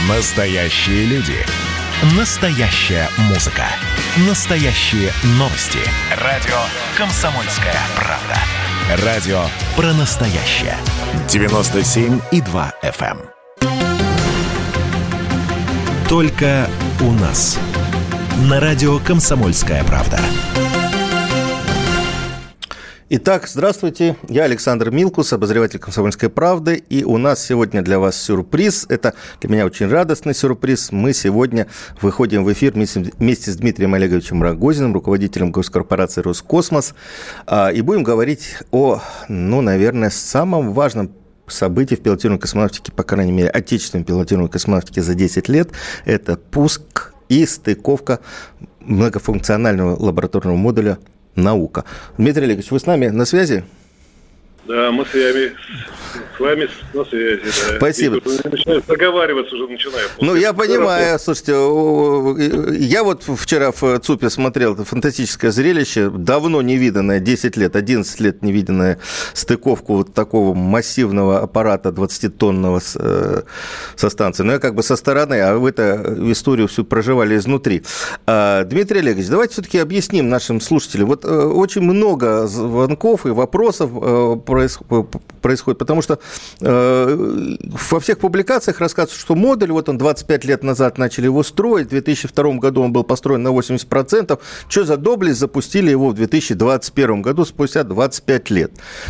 Настоящие люди. Настоящая музыка. Настоящие новости. Радио «Комсомольская правда». Радио про настоящее. 97,2 FM. Только у нас. На радио «Комсомольская правда». Итак, здравствуйте, я Александр Милкус, обозреватель «Комсомольской правды», и у нас сегодня для вас сюрприз, это для меня очень радостный сюрприз. Мы сегодня выходим в эфир вместе с Дмитрием Олеговичем Рогозиным, руководителем госкорпорации «Роскосмос», и будем говорить о, наверное, самом важном событии в пилотируемой космонавтике, по крайней мере, отечественной пилотируемой космонавтике за 10 лет, это пуск и стыковка многофункционального лабораторного модуля «Наука». Дмитрий Олегович, вы с нами на связи? Да, мы с вами на связи. Да. Спасибо. Начинаю договариваться, уже начинаю. Я понимаю. Слушайте, я вот вчера в ЦУПе смотрел, это фантастическое зрелище, давно не виданное, 10 лет, 11 лет не виданное стыковку вот такого массивного аппарата 20-тонного со станции. Я как бы со стороны, а вы-то историю всю проживали изнутри. Дмитрий Олегович, давайте все-таки объясним нашим слушателям. Вот очень много звонков и вопросов происходит, потому что во всех публикациях рассказывается, что модуль, вот он 25 лет назад начали его строить, в 2002 году он был построен на 80%, что за доблесть, запустили его в 2021 году, спустя 25 лет.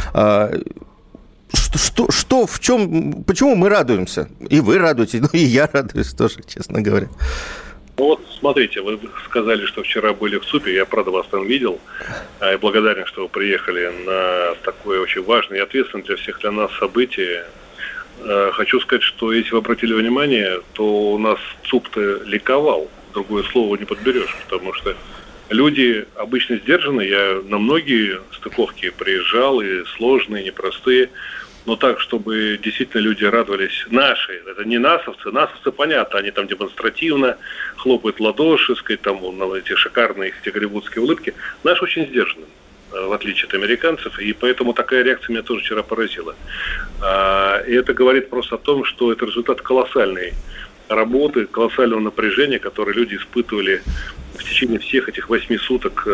В чем, почему мы радуемся? И вы радуетесь, и я радуюсь тоже, честно говоря. Смотрите, вы сказали, что вчера были в ЦУПе, я, правда, вас там видел, и благодарен, что вы приехали на такое очень важное и ответственное для нас событие. Хочу сказать, что если вы обратили внимание, то у нас ЦУП-то ликовал, другое слово не подберешь, потому что люди обычно сдержаны, я на многие стыковки приезжал, и сложные, и непростые, но так, чтобы действительно люди радовались. Наши, это не насовцы, понятно, они там демонстративно хлопают в ладоши, там эти шикарные эти голливудские улыбки. Наши очень сдержаны, в отличие от американцев, и поэтому такая реакция меня тоже вчера поразила. И это говорит просто о том, что это результат колоссальной работы, колоссального напряжения, которое люди испытывали в течение всех этих 8 суток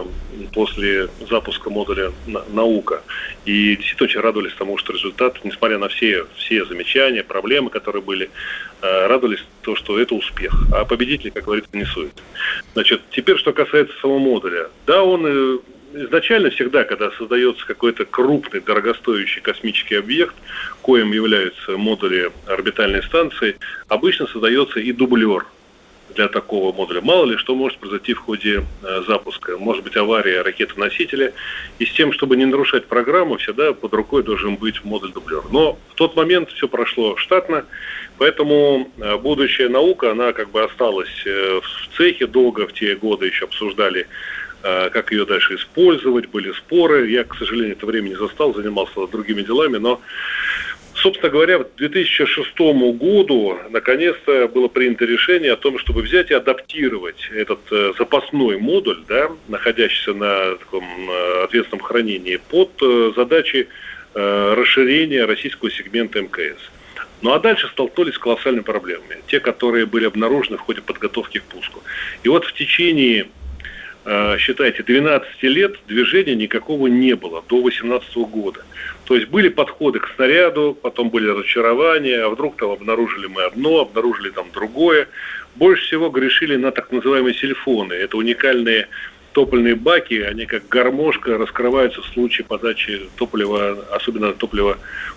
после запуска модуля «Наука». И действительно очень радовались тому, что результат, несмотря на все замечания, проблемы, которые были, радовались то, что это успех. А победители, как говорится, не суют. Значит, теперь, что касается самого модуля. Да, он изначально всегда, когда создается какой-то крупный, дорогостоящий космический объект, коим являются модули орбитальной станции, обычно создается и дублер для такого модуля. Мало ли что может произойти в ходе запуска. Может быть авария ракеты-носителя. И с тем, чтобы не нарушать программу, всегда под рукой должен быть модуль-дублер. Но в тот момент все прошло штатно, поэтому будущая наука, она как бы осталась в цехе долго, в те годы еще обсуждали, как ее дальше использовать, были споры. Я, к сожалению, это время не застал, занимался другими делами, но, собственно говоря, к 2006 году наконец-то было принято решение о том, чтобы взять и адаптировать этот запасной модуль, да, находящийся на таком ответственном хранении, под задачи расширения российского сегмента МКС. Ну а дальше столкнулись с колоссальными проблемами, те, которые были обнаружены в ходе подготовки к пуску. И вот в течение, считайте, 12 лет движения никакого не было, до 2018 года. То есть были подходы к снаряду, потом были разочарования, а вдруг там обнаружили мы одно, обнаружили там другое. Больше всего грешили на так называемые сильфоны. Это уникальные топливные баки, они как гармошка раскрываются в случае подачи топлива, особенно топлива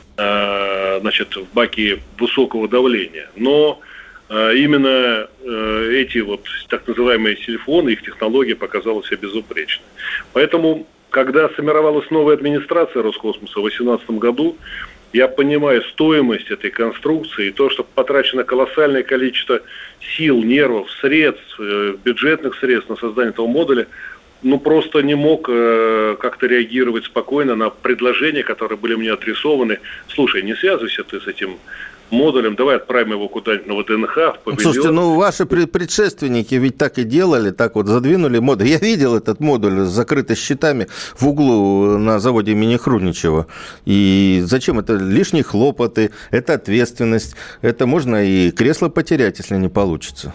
в баке высокого давления. Но именно эти вот так называемые сильфоны, их технология показала себя безупречной. Поэтому, когда сформировалась новая администрация Роскосмоса в 2018 году, я понимаю стоимость этой конструкции и то, что потрачено колоссальное количество сил, нервов, средств, бюджетных средств на создание этого модуля, просто не мог как-то реагировать спокойно на предложения, которые были мне адресованы. Слушай, не связывайся ты с этим модулем, давай отправим его куда-нибудь на ВДНХ, в павильон. Слушайте, ваши предшественники ведь так и делали, так вот задвинули модуль. Я видел этот модуль с закрытыми щитами в углу на заводе имени Хруничева. И зачем? Это лишние хлопоты, это ответственность, это можно и кресло потерять, если не получится.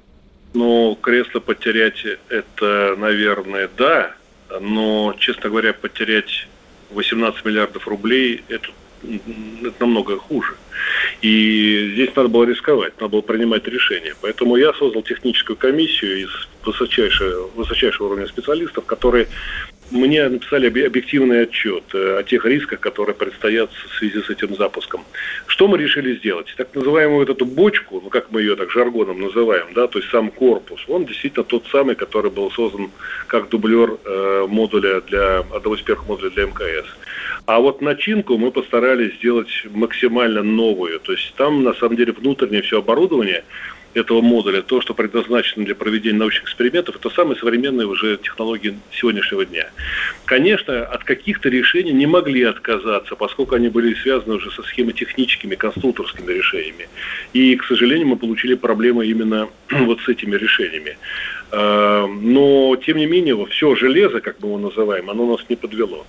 Кресло потерять, это, наверное, да, но, честно говоря, потерять 18 миллиардов рублей, это намного хуже. И здесь надо было рисковать, надо было принимать решения. Поэтому я создал техническую комиссию из высочайшего уровня специалистов, которые мне написали объективный отчет о тех рисках, которые предстоят в связи с этим запуском. Что мы решили сделать? Так называемую вот эту бочку, как мы ее так жаргоном называем, да, то есть сам корпус, он действительно тот самый, который был создан как дублер одного из первых модулей для МКС. А вот начинку мы постарались сделать максимально новую. То есть там, на самом деле, внутреннее все оборудование этого модуля, то, что предназначено для проведения научных экспериментов, это самые современные уже технологии сегодняшнего дня. Конечно, от каких-то решений не могли отказаться, поскольку они были связаны уже со схемотехническими, конструкторскими решениями. И, к сожалению, мы получили проблемы именно вот с этими решениями. Но, тем не менее, все железо, как мы его называем, оно нас не подвело.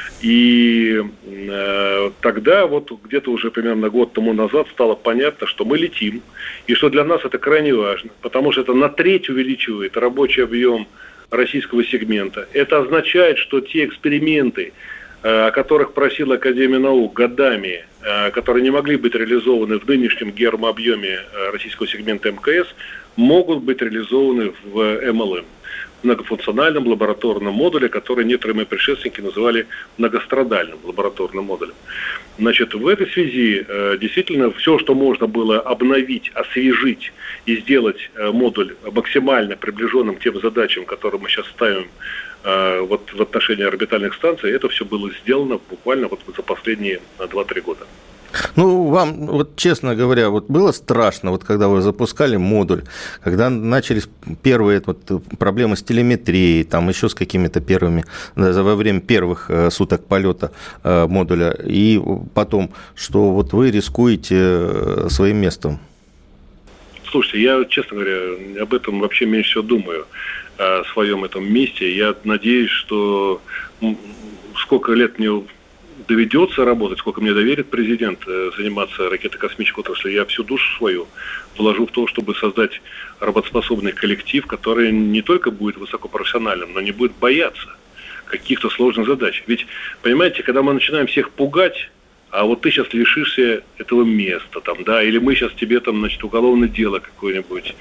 И тогда, вот где-то уже примерно год тому назад, стало понятно, что мы летим, и что для нас это крайне важно, потому что это на треть увеличивает рабочий объем российского сегмента. Это означает, что те эксперименты, о которых просила Академия наук годами, которые не могли быть реализованы в нынешнем гермообъеме российского сегмента МКС, могут быть реализованы в МЛМ. Многофункциональном лабораторном модуле, который некоторые мои предшественники называли многострадальным лабораторным модулем. Значит, в этой связи действительно все, что можно было обновить, освежить и сделать модуль максимально приближенным к тем задачам, которые мы сейчас ставим вот в отношении орбитальных станций, это все было сделано буквально вот за последние 2-3 года. Вам, вот честно говоря, вот было страшно, вот когда вы запускали модуль, когда начались первые проблемы с телеметрией, там еще с какими-то первыми, во время первых суток полета модуля, и потом, что вот вы рискуете своим местом? Слушайте, я, честно говоря, об этом вообще меньше всего думаю, о своем этом месте. Я надеюсь, что сколько лет мне доведется работать, сколько мне доверит президент заниматься ракетно-космической отраслью, я всю душу свою вложу в то, чтобы создать работоспособный коллектив, который не только будет высокопрофессиональным, но не будет бояться каких-то сложных задач. Ведь, понимаете, когда мы начинаем всех пугать, а вот ты сейчас лишишься этого места, или мы сейчас тебе уголовное дело какое-нибудь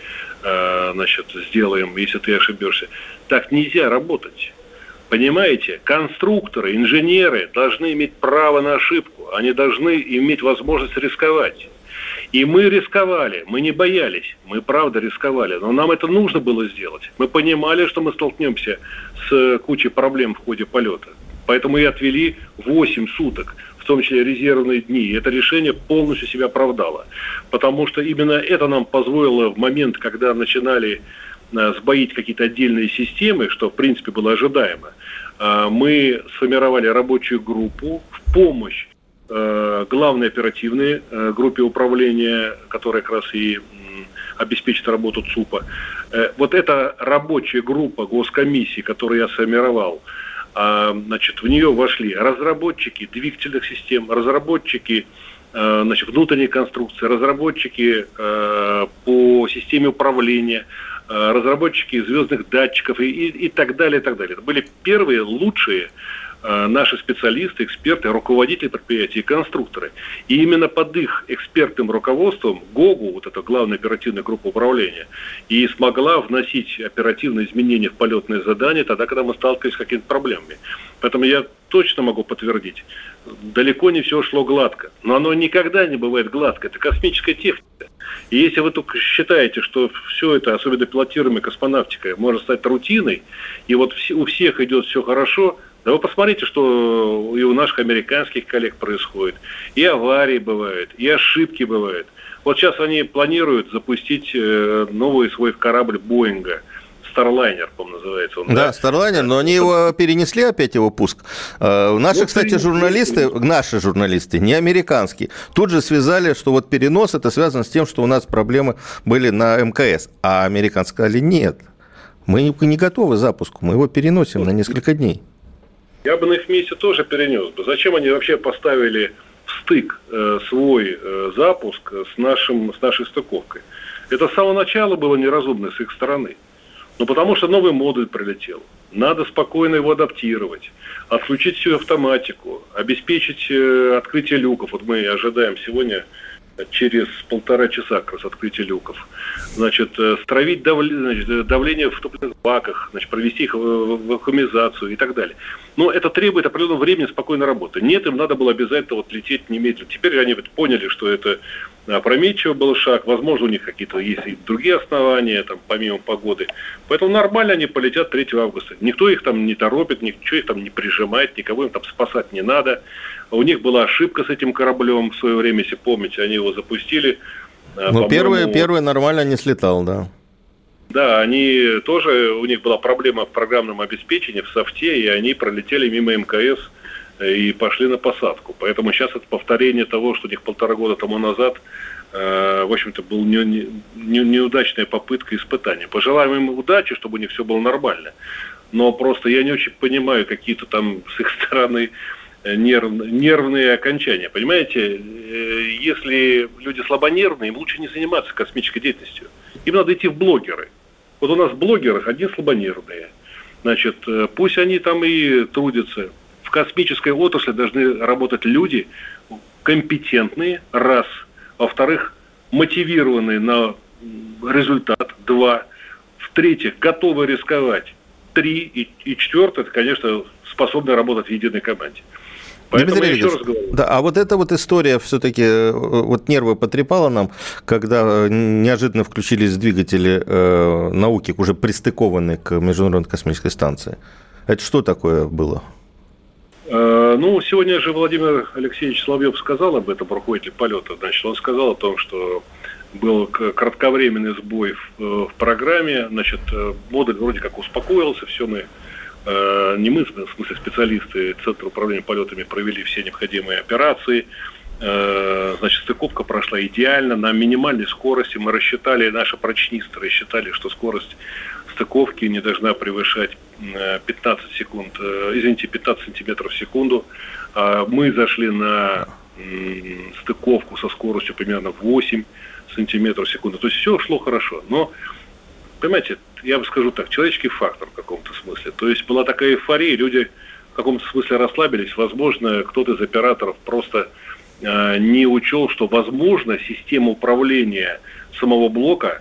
сделаем, если ты ошибешься. Так нельзя работать. Понимаете, конструкторы, инженеры должны иметь право на ошибку, они должны иметь возможность рисковать. И мы рисковали, мы не боялись, мы правда рисковали, но нам это нужно было сделать. Мы понимали, что мы столкнемся с кучей проблем в ходе полета. Поэтому и отвели 8 суток, в том числе резервные дни. И это решение полностью себя оправдало. Потому что именно это нам позволило в момент, когда начинали сбоить какие-то отдельные системы, что в принципе было ожидаемо, мы сформировали рабочую группу в помощь главной оперативной группе управления, которая как раз и обеспечит работу ЦУПа. Вот эта рабочая группа госкомиссии, которую я сформировал, в нее вошли разработчики двигательных систем, разработчики внутренней конструкции, разработчики по системе управления, разработчики звездных датчиков и так далее, и так далее. Это были первые лучшие наши специалисты, эксперты, руководители предприятий и конструкторы. И именно под их экспертным руководством ГОГУ, вот эта главная оперативная группа управления, и смогла вносить оперативные изменения в полетные задания тогда, когда мы сталкивались с какими-то проблемами. Поэтому я точно могу подтвердить, далеко не все шло гладко. Но оно никогда не бывает гладко. Это космическая техника. И если вы только считаете, что все это, особенно пилотируемая космонавтика, может стать рутиной, и вот у всех идет все хорошо, да вы посмотрите, что и у наших американских коллег происходит. И аварии бывают, и ошибки бывают. Вот сейчас они планируют запустить новый свой корабль Боинга Starliner, по-моему, называется он. Да, Starliner, но они его перенесли опять, его пуск. Наши, кстати, наши журналисты, не американские, тут же связали, что вот перенос это связано с тем, что у нас проблемы были на МКС, а американцы сказали нет. Мы не готовы к запуску, мы его переносим на несколько дней. Я бы на их месте тоже перенес бы. Зачем они вообще поставили в стык свой запуск с нашей стыковкой? Это с самого начала было неразумно с их стороны. Ну, потому что новый модуль прилетел. Надо спокойно его адаптировать, отключить всю автоматику, обеспечить открытие люков. Вот мы ожидаем сегодня через 1,5 часа как раз открытие люков. Значит, стравить давление в топливных баках, значит, провести их в вакуумизацию и так далее. Но это требует определенного времени спокойной работы. Нет, им надо было обязательно вот лететь немедленно. Теперь они поняли, что это опрометчивый был шаг. Возможно, у них какие-то есть и другие основания, там, помимо погоды. Поэтому нормально они полетят 3 августа. Никто их там не торопит, ничего их там не прижимает, никого им там спасать не надо. У них была ошибка с этим кораблем в свое время, если помните, они его запустили. Но первый нормально не слетал, да. Да, они тоже, у них была проблема в программном обеспечении, в софте, и они пролетели мимо МКС и пошли на посадку. Поэтому сейчас это повторение того, что у них 1,5 года тому назад, в общем-то, была неудачная попытка испытания. Пожелаем им удачи, чтобы у них все было нормально. Но просто я не очень понимаю какие-то там с их стороны нервные окончания. Понимаете, если люди слабонервные, им лучше не заниматься космической деятельностью. Им надо идти в блогеры. Вот у нас в блогерах одни слабонервные. Значит, пусть они там и трудятся. В космической отрасли должны работать люди компетентные, раз. Во-вторых, мотивированные на результат, 2. В-третьих, готовы рисковать, 3. И 4, это, конечно, способны работать в единой команде. Поэтому я еще раз говорю. Да, а вот эта вот история все-таки вот нервы потрепала нам, когда неожиданно включились двигатели науки, уже пристыкованные к Международной космической станции. Это что такое было? Ну, сегодня же Владимир Алексеевич Соловьев сказал об этом, руководитель полета. Значит, он сказал о том, что был кратковременный сбой в программе. Значит, модуль вроде как успокоился, все мы... Не мы, в смысле специалисты Центра управления полетами, провели все необходимые операции. Значит, стыковка прошла идеально, на минимальной скорости. Мы рассчитали, наши прочнисты рассчитали, что скорость стыковки не должна превышать 15 сантиметров в секунду. Мы зашли на стыковку со скоростью примерно 8 сантиметров в секунду. То есть все шло хорошо. Но, понимаете, я бы скажу так, человеческий фактор в каком-то смысле. То есть была такая эйфория, люди в каком-то смысле расслабились. Возможно, кто-то из операторов просто не учел, что, возможно, система управления самого блока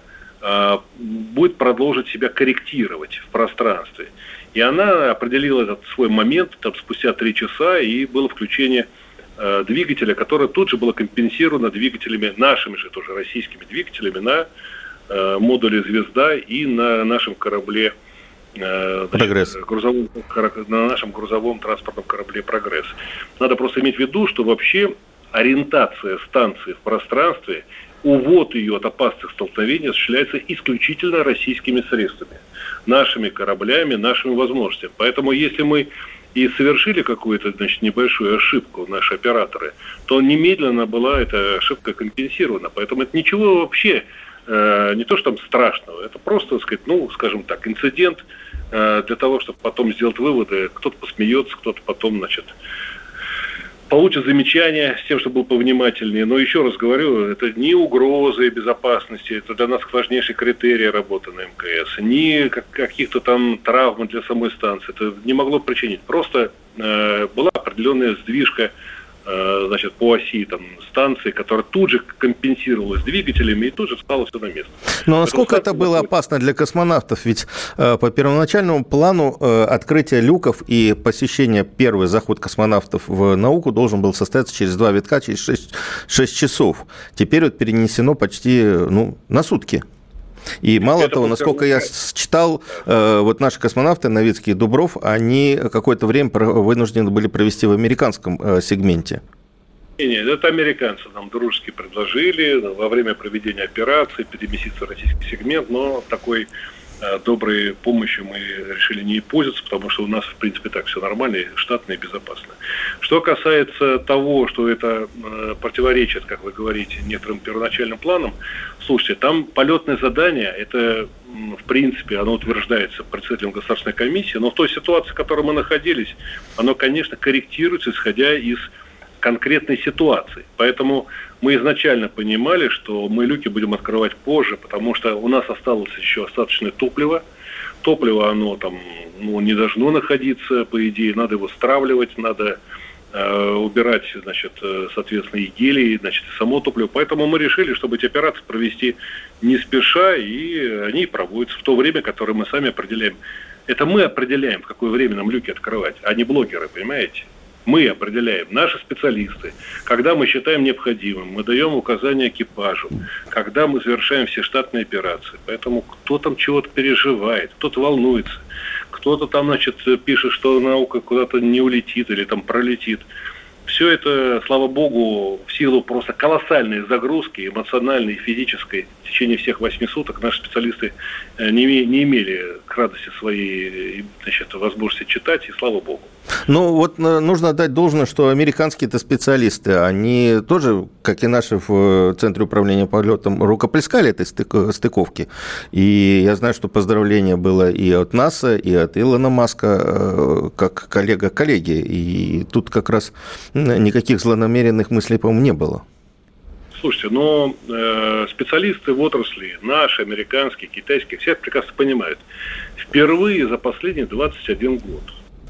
будет продолжить себя корректировать в пространстве. И она определила этот свой момент там, спустя 3 часа, и было включение двигателя, которое тут же было компенсировано двигателями, нашими же тоже российскими двигателями на модуле «Звезда» и на нашем корабле «Прогресс». На нашем грузовом транспортном корабле «Прогресс». Надо просто иметь в виду, что вообще ориентация станции в пространстве, увод ее от опасных столкновений осуществляется исключительно российскими средствами, нашими кораблями, нашими возможностями. Поэтому если мы и совершили какую-то, значит, небольшую ошибку, наши операторы, то немедленно была эта ошибка компенсирована. Поэтому это ничего вообще не то, что там страшного, это просто, так сказать, ну, скажем так, инцидент для того, чтобы потом сделать выводы. Кто-то посмеется, кто-то потом, значит, получит замечания с тем, чтобы был повнимательнее. Но еще раз говорю, это не угрозы безопасности, это для нас важнейший критерий работы на МКС, не каких-то там травм для самой станции. Это не могло причинить. Просто была определенная сдвижка, значит, по оси там, станции, которая тут же компенсировалась двигателями и тут же стало все на место. Но насколько это было опасно для космонавтов? Ведь по первоначальному плану открытие люков и посещение, первый заход космонавтов в науку должен был состояться через 2 витка, через 6 часов. Теперь вот перенесено почти на сутки. И мало это того, насколько я читал, вот наши космонавты, Новицкий и Дубров, они какое-то время вынуждены были провести в американском сегменте. Нет, это американцы нам дружески предложили во время проведения операции переместиться в российский сегмент, но такой доброй помощью мы решили не пользоваться, потому что у нас, в принципе, так все нормально, штатно и безопасно. Что касается того, что это противоречит, как вы говорите, некоторым первоначальным планам, слушайте, там полетное задание, это, в принципе, оно утверждается председателем Государственной комиссии, но в той ситуации, в которой мы находились, оно, конечно, корректируется, исходя из конкретной ситуации. Поэтому мы изначально понимали, что мы люки будем открывать позже, потому что у нас осталось еще остаточное топливо. Топливо, оно там не должно находиться, по идее, надо его стравливать, надо убирать, значит, соответственно, и гелий, значит, и само топливо. Поэтому мы решили, чтобы эти операции провести не спеша, и они проводятся в то время, которое мы сами определяем. Это мы определяем, в какое время нам люки открывать, а не блогеры, понимаете? Мы определяем, наши специалисты, когда мы считаем необходимым, мы даем указания экипажу, когда мы завершаем все штатные операции. Поэтому кто там чего-то переживает, кто-то волнуется, кто-то там, значит, пишет, что наука куда-то не улетит или там пролетит. Все это, слава богу, в силу просто колоссальной загрузки, эмоциональной и физической, в течение всех 8 суток наши специалисты не имели к радости своей, значит, возможности читать, и слава богу. Ну, вот нужно отдать должное, что американские-то специалисты, они тоже, как и наши в Центре управления полетом, рукоплескали этой стыковке. И я знаю, что поздравление было и от НАСА, и от Илона Маска, как коллега коллеги. И тут как раз никаких злонамеренных мыслей, по-моему, не было. Слушайте, но специалисты в отрасли, наши, американские, китайские, все прекрасно понимают. Впервые за последние 21 год,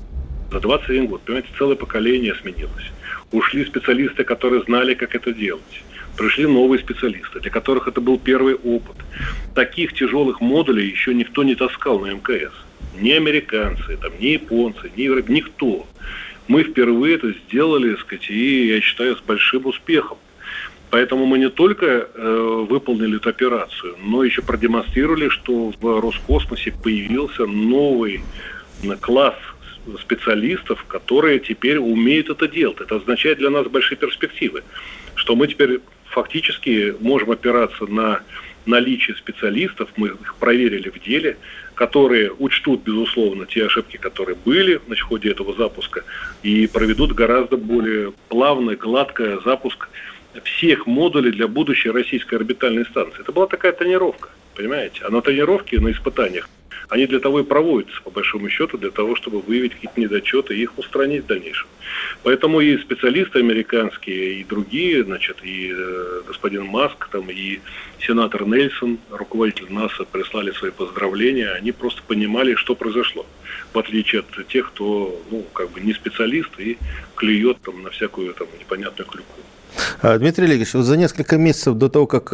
за 21 год, понимаете, целое поколение сменилось. Ушли специалисты, которые знали, как это делать. Пришли новые специалисты, для которых это был первый опыт. Таких тяжелых модулей еще никто не таскал на МКС. Ни американцы, там, ни японцы, ни европейцы, никто. Мы впервые это сделали, так сказать, и, я считаю, с большим успехом. Поэтому мы не только выполнили эту операцию, но еще продемонстрировали, что в Роскосмосе появился новый класс специалистов, которые теперь умеют это делать. Это означает для нас большие перспективы, что мы теперь фактически можем опираться на наличие специалистов, мы их проверили в деле, которые учтут, безусловно, те ошибки, которые были в ходе этого запуска, и проведут гораздо более плавный, гладкий запуск всех модулей для будущей российской орбитальной станции. Это была такая тренировка, понимаете? А на тренировке, на испытаниях, они для того и проводятся, по большому счету, для того, чтобы выявить какие-то недочеты и их устранить в дальнейшем. Поэтому и специалисты американские, и другие, значит, и господин Маск, там, и сенатор Нельсон, руководитель НАСА, прислали свои поздравления. Они просто понимали, что произошло, в отличие от тех, кто, не специалист и клюет там на всякую там непонятную клюкву. Дмитрий Олегович, вот за несколько месяцев до того, как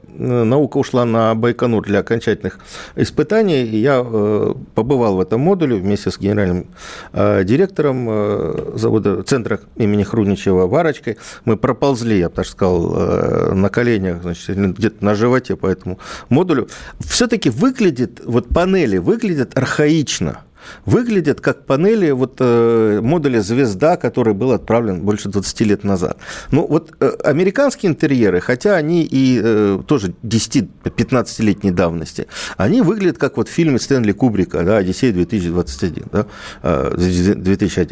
наука ушла на Байконур для окончательных испытаний, я побывал в этом модуле вместе с генеральным директором завода Центра имени Хруничева Варочкой. Мы проползли, я бы так сказал, на коленях, значит, где-то на животе по этому модулю. Все-таки панели выглядят архаично. Выглядят как панели модуля «Звезда», который был отправлен больше 20 лет назад. Американские интерьеры, хотя они и тоже 10-15-летней давности, они выглядят как в фильме Стэнли Кубрика, да, «Одиссея 2021», да, 2001.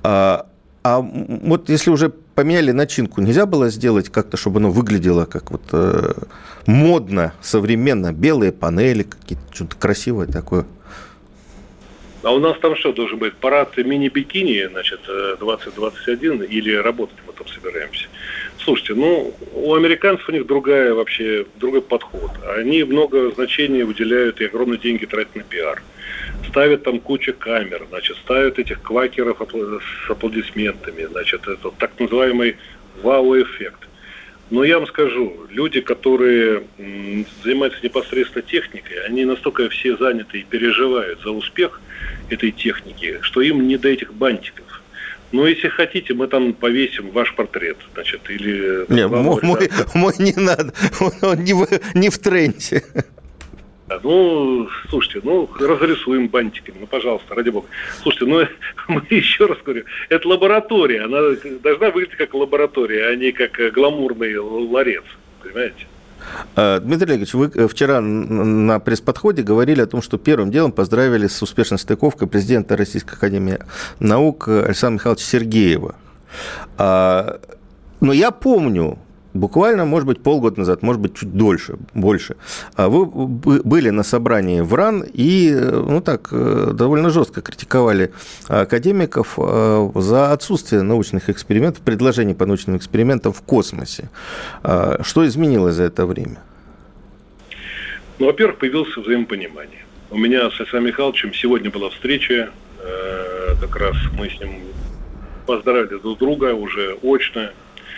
Если уже поменяли начинку, нельзя было сделать как-то, чтобы оно выглядело как модно, современно, белые панели, какие-то, что-то красивое такое? А у нас там что должен быть? Парад мини-бикини, значит, 2021, или работать мы там собираемся? Слушайте, у американцев у них другой подход. Они много значения уделяют и огромные деньги тратят на пиар. Ставят там кучу камер, значит, ставят этих квакеров с аплодисментами, значит, это так называемый вау-эффект. Но я вам скажу, люди, которые занимаются непосредственно техникой, они настолько все заняты и переживают за успех этой техники, что им не до этих бантиков. Но если хотите, мы там повесим ваш портрет, значит, или... Не, мой не надо, он не в тренде. Слушайте, разрисуем бантиками, пожалуйста, ради бога. Слушайте, мы еще раз говорю, это лаборатория, она должна выглядеть как лаборатория, а не как гламурный ларец, понимаете? Дмитрий Олегович, вы вчера на пресс-подходе говорили о том, что первым делом поздравили с успешной стыковкой президента Российской академии наук Александра Михайловича Сергеева. Но я помню, буквально, может быть, полгода назад, может быть, чуть больше, вы были на собрании в РАН и, довольно жестко критиковали академиков за отсутствие научных экспериментов, предложений по научным экспериментам в космосе. Что изменилось за это время? Во-первых, появилось взаимопонимание. У меня с Александром Михайловичем сегодня была встреча, как раз мы с ним поздравили друг друга уже очно,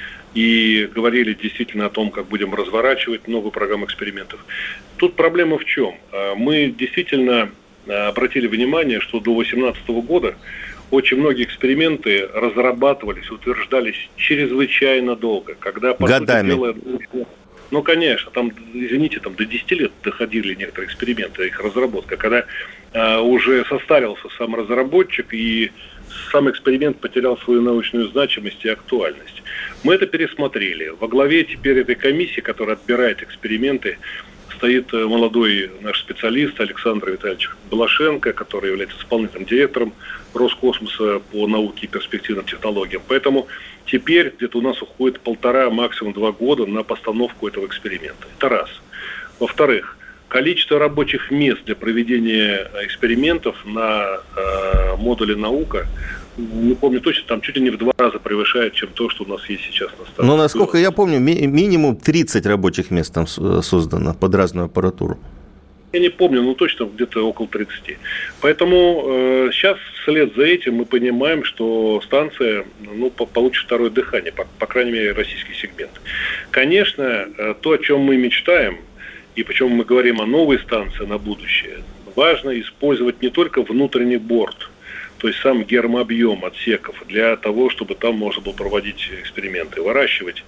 и говорили действительно о том, как будем разворачивать новую программу экспериментов. Тут проблема в чем? Мы действительно обратили внимание, что до 2018 года очень многие эксперименты разрабатывались, утверждались чрезвычайно долго. Когда, по годами. Сути дела, конечно, до 10 лет доходили некоторые эксперименты, их разработка, когда уже состарился сам разработчик и сам эксперимент потерял свою научную значимость и актуальность. Мы это пересмотрели. Во главе теперь этой комиссии, которая отбирает эксперименты, стоит молодой наш специалист Александр Витальевич Балашенко, который является исполнительным директором Роскосмоса по науке и перспективным технологиям. Поэтому теперь где-то у нас уходит 1,5, максимум 2 года на постановку этого эксперимента. Это раз. Во-вторых, количество рабочих мест для проведения экспериментов на модуле «Наука», не помню точно, там чуть ли не в 2 раза превышает, чем то, что у нас есть сейчас на станции. Но, насколько я помню, минимум 30 рабочих мест там создано под разную аппаратуру. Я не помню, но точно где-то около 30. Поэтому сейчас вслед за этим мы понимаем, что станция получит второе дыхание, по крайней мере, российский сегмент. Конечно, то, о чем мы мечтаем, и почему мы говорим о новой станции на будущее, важно использовать не только внутренний борт, то есть сам гермообъем отсеков, для того, чтобы там можно было проводить эксперименты, выращивать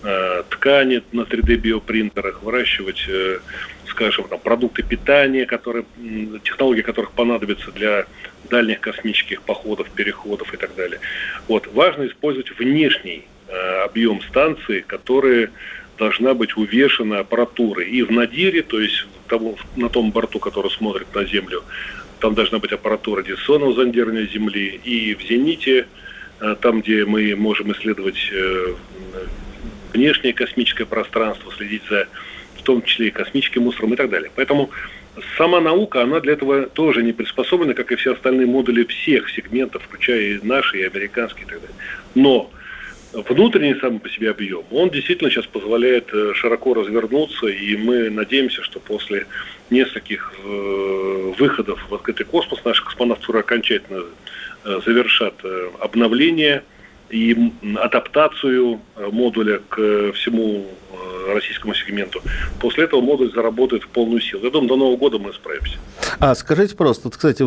ткани на 3D-биопринтерах, выращивать, продукты питания, технологии которых понадобятся для дальних космических походов, переходов и так далее. Важно использовать внешний объем станции, который должна быть увешана аппаратурой. И в надире, то есть на том борту, который смотрит на Землю, там должна быть аппаратура дистанционного зондирования Земли. И в зените, там, где мы можем исследовать внешнее космическое пространство, следить за, в том числе и космическим мусором и так далее. Поэтому сама наука, она для этого тоже не приспособлена, как и все остальные модули всех сегментов, включая и наши, и американские и так далее. Но внутренний сам по себе объем, он действительно сейчас позволяет широко развернуться, и мы надеемся, что после нескольких выходов в открытый космос наши космонавты уже окончательно завершат обновление и адаптацию модуля к всему российскому сегменту. После этого модуль заработает в полную силу. Я думаю, до Нового года мы справимся. Скажите просто, кстати,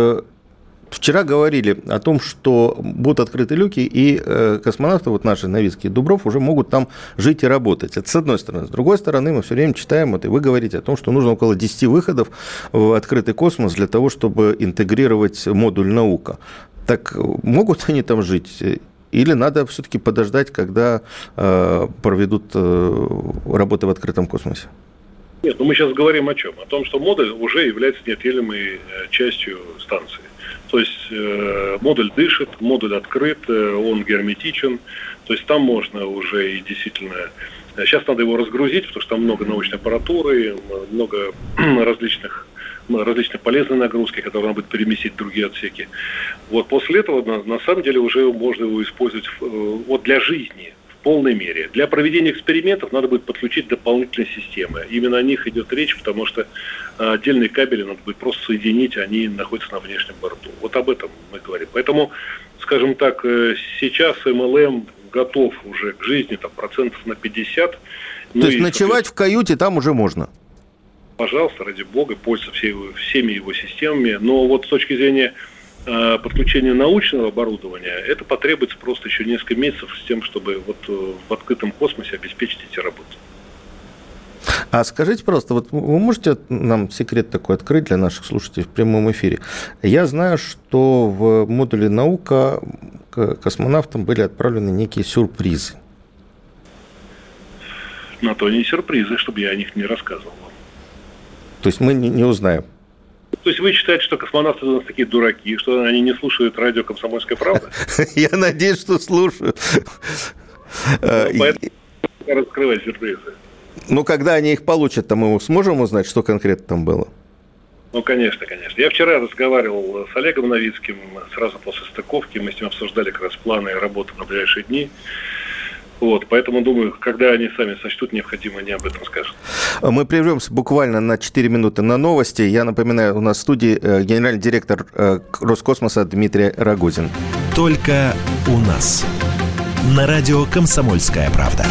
вчера говорили о том, что будут открыты люки, и космонавты, наши Новицкий и Дубров, уже могут там жить и работать. Это с одной стороны. С другой стороны, мы все время читаем, и вы говорите о том, что нужно около 10 выходов в открытый космос для того, чтобы интегрировать модуль «Наука». Так могут они там жить? Или надо все-таки подождать, когда проведут работы в открытом космосе? Нет, мы сейчас говорим о чем? О том, что модуль уже является неотъемлемой частью станции. То есть модуль дышит, модуль открыт, он герметичен. То есть там можно уже и действительно... Сейчас надо его разгрузить, потому что там много научной аппаратуры, много различной полезной нагрузки, которую надо будет переместить в другие отсеки. После этого, на самом деле, уже можно его использовать для жизни в полной мере. Для проведения экспериментов надо будет подключить дополнительные системы. Именно о них идет речь, потому что отдельные кабели надо будет просто соединить, они находятся на внешнем борту. Об этом мы говорим. Поэтому, скажем так, сейчас МЛМ готов уже к жизни процентов на 50%. То есть ночевать в каюте там уже можно? Пожалуйста, ради бога, пользоваться всеми его системами. Но с точки зрения подключения научного оборудования, это потребуется просто еще несколько месяцев с тем, чтобы в открытом космосе обеспечить эти работы. А скажите просто, вы можете нам секрет такой открыть для наших слушателей в прямом эфире? Я знаю, что в модуле «Наука» к космонавтам были отправлены некие сюрпризы. на то они сюрпризы, чтобы я о них не рассказывал. То есть мы не узнаем? То есть вы считаете, что космонавты у нас такие дураки, что они не слушают радио «Комсомольская правда»? Я надеюсь, что слушаю. Поэтому раскрывать сюрпризы. Ну, когда они их получат, то мы сможем узнать, что конкретно там было? Ну, конечно. Я вчера разговаривал с Олегом Новицким, сразу после стыковки, мы с ним обсуждали как раз планы работы на ближайшие дни. Вот, поэтому, думаю, когда они сами сочтут необходимо, они об этом скажут. Мы прервемся буквально на 4 минуты на новости. Я напоминаю, у нас в студии генеральный директор Роскосмоса Дмитрий Рогозин. Только у нас. На радио «Комсомольская правда».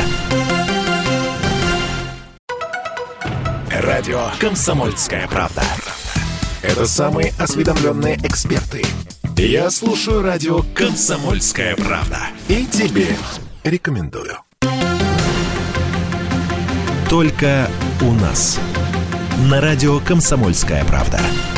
Радио «Комсомольская правда». Это самые осведомленные эксперты. Я слушаю радио «Комсомольская правда». И тебе рекомендую. Только у нас. На радио «Комсомольская правда».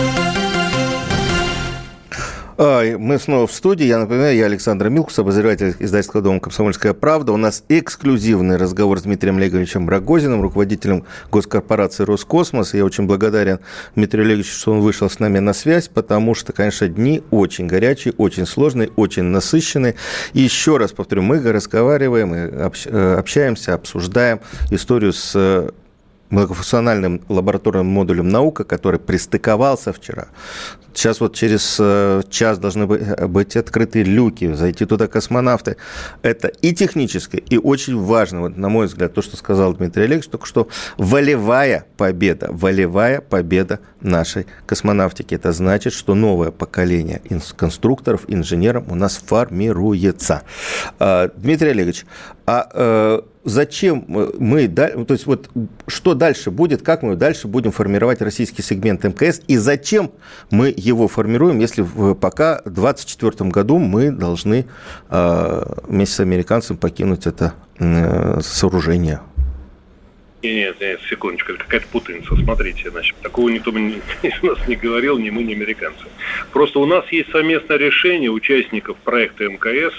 Мы снова в студии. Я напоминаю, я Александр Милкус, обозреватель издательского дома «Комсомольская правда». У нас эксклюзивный разговор с Дмитрием Олеговичем Рогозиным, руководителем госкорпорации «Роскосмос». Я очень благодарен Дмитрию Олеговичу, что он вышел с нами на связь, потому что, конечно, дни очень горячие, очень сложные, очень насыщенные. И еще раз повторю, мы разговариваем, общаемся, обсуждаем историю с многофункциональным лабораторным модулем «Наука», который пристыковался вчера. Сейчас вот через час должны быть открыты люки, зайти туда космонавты. Это и технически, и очень важно, вот, на мой взгляд, то, что сказал Дмитрий Олегович, только что волевая победа нашей космонавтики. Это значит, что новое поколение конструкторов, инженеров у нас формируется. Дмитрий Олегович, зачем мы, то есть вот что дальше будет, как мы дальше будем формировать российский сегмент МКС и зачем мы его формируем, если пока в 2024 году мы должны вместе с американцами покинуть это сооружение? Нет, секундочку, это какая-то путаница. Смотрите, значит, такого никто из нас не говорил, ни мы, ни американцы. Просто у нас есть совместное решение участников проекта МКС,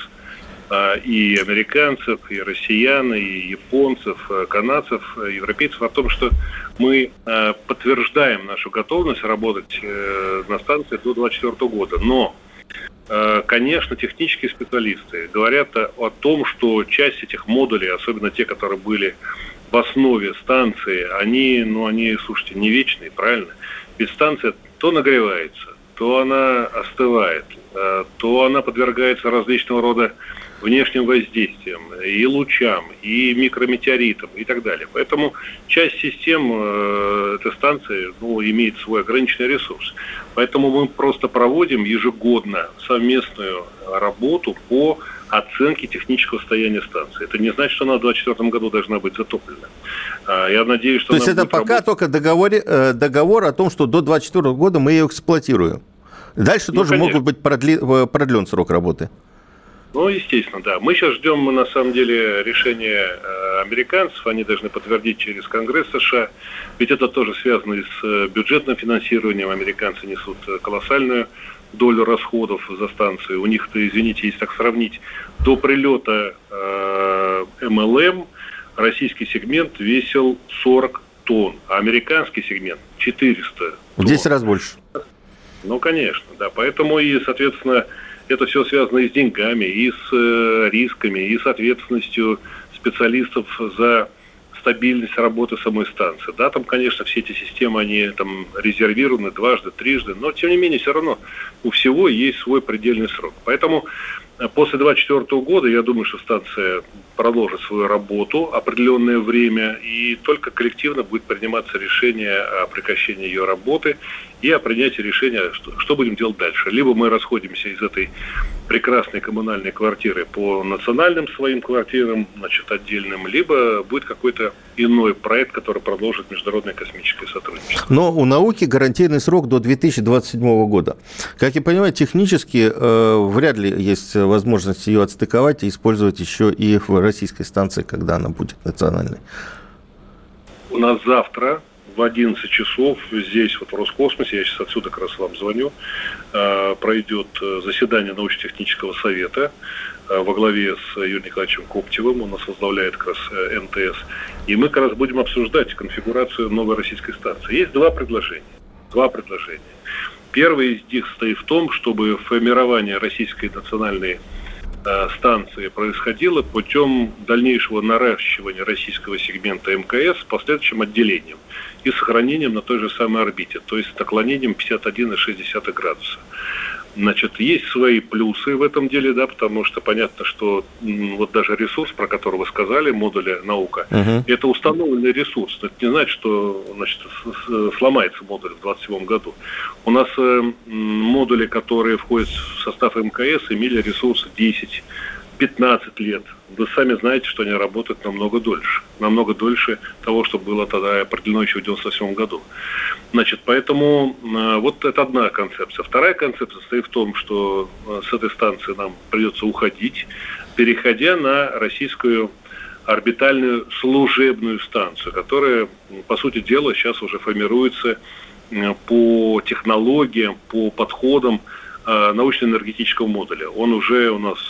и американцев, и россиян, и японцев, канадцев, европейцев о том, что мы подтверждаем нашу готовность работать на станции до 2024 года. Но, конечно, технические специалисты говорят о том, что часть этих модулей, особенно те, которые были в основе станции, они, слушайте, не вечные, правильно? Ведь станция то нагревается, то она остывает, то она подвергается различного рода внешним воздействиям, и лучам, и микрометеоритам, и так далее. Поэтому часть систем этой станции имеет свой ограниченный ресурс. Поэтому мы просто проводим ежегодно совместную работу по оценке технического состояния станции. Это не значит, что она в 2024 году должна быть затоплена. Я надеюсь, что... То есть это пока только договор о том, что до 2024 года мы ее эксплуатируем. Дальше тоже конечно. Могут быть продлен срок работы. Естественно, да. Мы сейчас ждем, на самом деле, решения американцев. Они должны подтвердить через Конгресс США. Ведь это тоже связано и с бюджетным финансированием. Американцы несут колоссальную долю расходов за станцию. У них-то, извините, если так сравнить, до прилета МЛМ российский сегмент весил 40 тонн, а американский сегмент 400 тонн. В 10 раз больше. Конечно, да. Поэтому и, соответственно, это все связано и с деньгами, и с рисками, и с ответственностью специалистов за стабильность работы самой станции. Да, там, конечно, все эти системы, они там резервированы дважды, трижды, но, тем не менее, все равно у всего есть свой предельный срок. Поэтому после 2024 года, я думаю, что станция продолжит свою работу определенное время, и только коллективно будет приниматься решение о прекращении ее работы и о принятии решения, что будем делать дальше. Либо мы расходимся из этой прекрасной коммунальной квартиры по национальным своим квартирам, отдельным, либо будет какой-то иной проект, который продолжит международное космическое сотрудничество. Но у науки гарантийный срок до 2027 года. Как я понимаю, технически вряд ли есть возможность ее отстыковать и использовать еще и в российской станции, когда она будет национальной. У нас завтра в 11 часов здесь, в Роскосмосе, я сейчас отсюда как раз вам звоню, пройдет заседание научно-технического совета. во главе с Юрием Николаевичем Коптевым, он нас возглавляет как раз МТС, и мы как раз будем обсуждать конфигурацию новой российской станции. Есть два предложения. Первое из них состоит в том, чтобы формирование российской национальной станции происходило путем дальнейшего наращивания российского сегмента МКС с последующим отделением и сохранением на той же самой орбите, то есть с наклонением 51,6 градуса. Значит, есть свои плюсы в этом деле, да, потому что понятно, что вот даже ресурс, про который вы сказали, модуля «Наука», это установленный ресурс. Это не значит, что, значит, сломается модуль в 2027 году. У нас модули, которые входят в состав МКС, имели ресурс 10-15 лет. Вы сами знаете, что они работают намного дольше того, что было тогда определено еще в 1998 году. Значит, поэтому вот это одна концепция. Вторая концепция состоит в том, что с этой станции нам придется уходить, переходя на российскую орбитальную служебную станцию, которая, по сути дела, сейчас уже формируется по технологиям, по подходам научно-энергетического модуля. Он уже у нас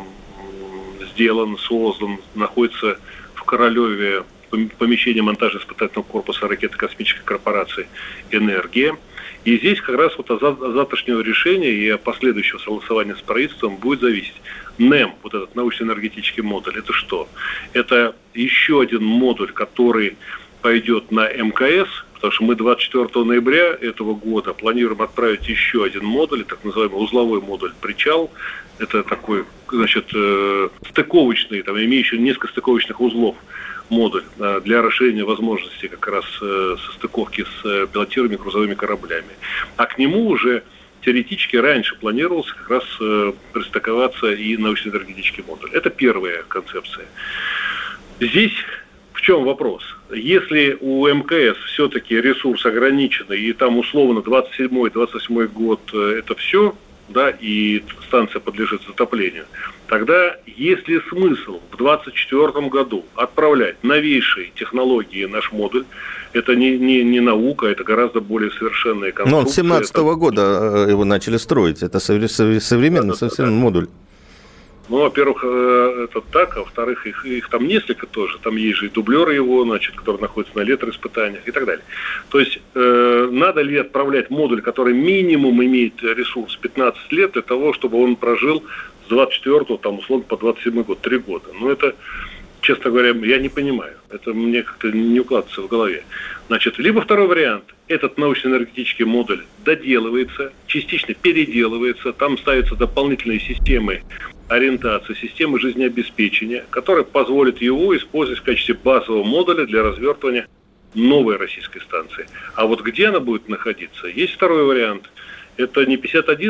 сделан, создан, находится в Королеве, помещение монтажно-испытательного корпуса ракеты космической корпорации «Энергия». И здесь как раз вот от завтрашнего решения и от последующего согласования с правительством будет зависеть. НЭМ, вот этот научно-энергетический модуль, это что? Это еще один модуль, который пойдет на МКС, потому что мы 24 ноября этого года планируем отправить еще один модуль, так называемый узловой модуль «Причал». Это такой, значит, стыковочный, там, имеющий несколько стыковочных узлов модуль для расширения возможностей как раз состыковки с пилотируемыми грузовыми кораблями. А к нему уже теоретически раньше планировался как раз пристыковаться и научно-энергетический модуль. Это первая концепция. Здесь в чем вопрос? Если у МКС все-таки ресурс ограниченный, и там условно 27-28 год это все, да, и станция подлежит затоплению, тогда есть ли смысл в 2024 году отправлять новейшие технологии наш модуль? Это не наука, это гораздо более совершенная конструкция. Но он с 2017 года его начали строить. Это современный совсем модуль. Ну, во-первых, это так, а во-вторых, их там несколько тоже. Там есть же и дублеры его, значит, которые находятся на летоиспытаниях и так далее. То есть, надо ли отправлять модуль, который минимум имеет ресурс 15 лет, для того, чтобы он прожил с 24 там, условно, по 27 год, 3 года. Ну, это, честно говоря, я не понимаю. Это мне как-то не укладывается в голове. Значит, либо второй вариант. Этот научно-энергетический модуль доделывается, частично переделывается, там ставятся дополнительные системы ориентации, системы жизнеобеспечения, которые позволят его использовать в качестве базового модуля для развертывания новой российской станции. А вот где она будет находиться, есть второй вариант. Это не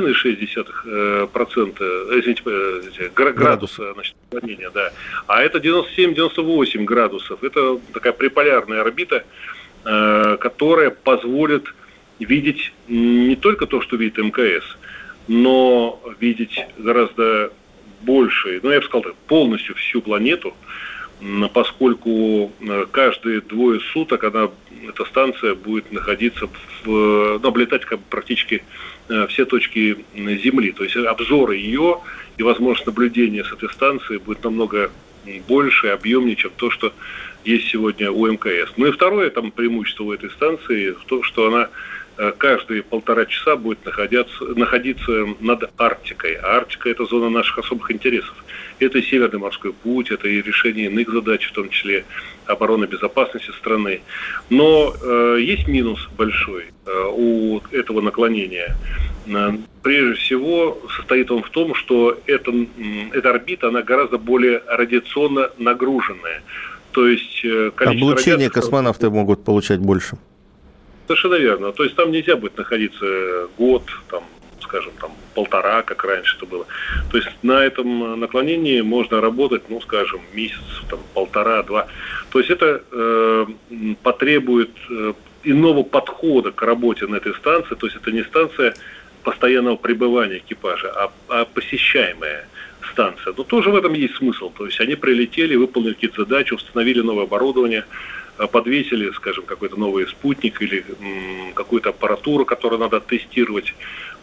51,6% градуса, значит, наклонения, да, а это 97-98 градусов. Это такая приполярная орбита, которая позволит видеть не только то, что видит МКС, но видеть гораздо больше, ну, я бы сказал так, полностью всю планету, поскольку каждые 2 суток эта станция будет находиться облетать как бы практически все точки Земли. То есть обзоры ее и возможность наблюдения с этой станции будет намного больше, объемнее, чем то, что есть сегодня у МКС. Ну и второе там преимущество у этой станции в том, что она каждые 1,5 часа будет находиться над Арктикой. А Арктика – это зона наших особых интересов. Это и Северный морской путь, это и решение иных задач, в том числе обороны и безопасности страны. Но есть минус большой у этого наклонения. Прежде всего, состоит он в том, что эта орбита, она гораздо более радиационно нагруженная. То есть количество облучение космонавты могут получать больше. Совершенно верно. То есть там нельзя будет находиться год, там, скажем, там 1,5, как раньше это было. То есть на этом наклонении можно работать, ну, скажем, месяц, там, 1,5-2. То есть это потребует иного подхода к работе на этой станции. То есть это не станция постоянного пребывания экипажа, а посещаемая станция. Но тоже в этом есть смысл. То есть они прилетели, выполнили какие-то задачи, установили новое оборудование, подвесили, скажем, какой-то новый спутник или какую-то аппаратуру, которую надо тестировать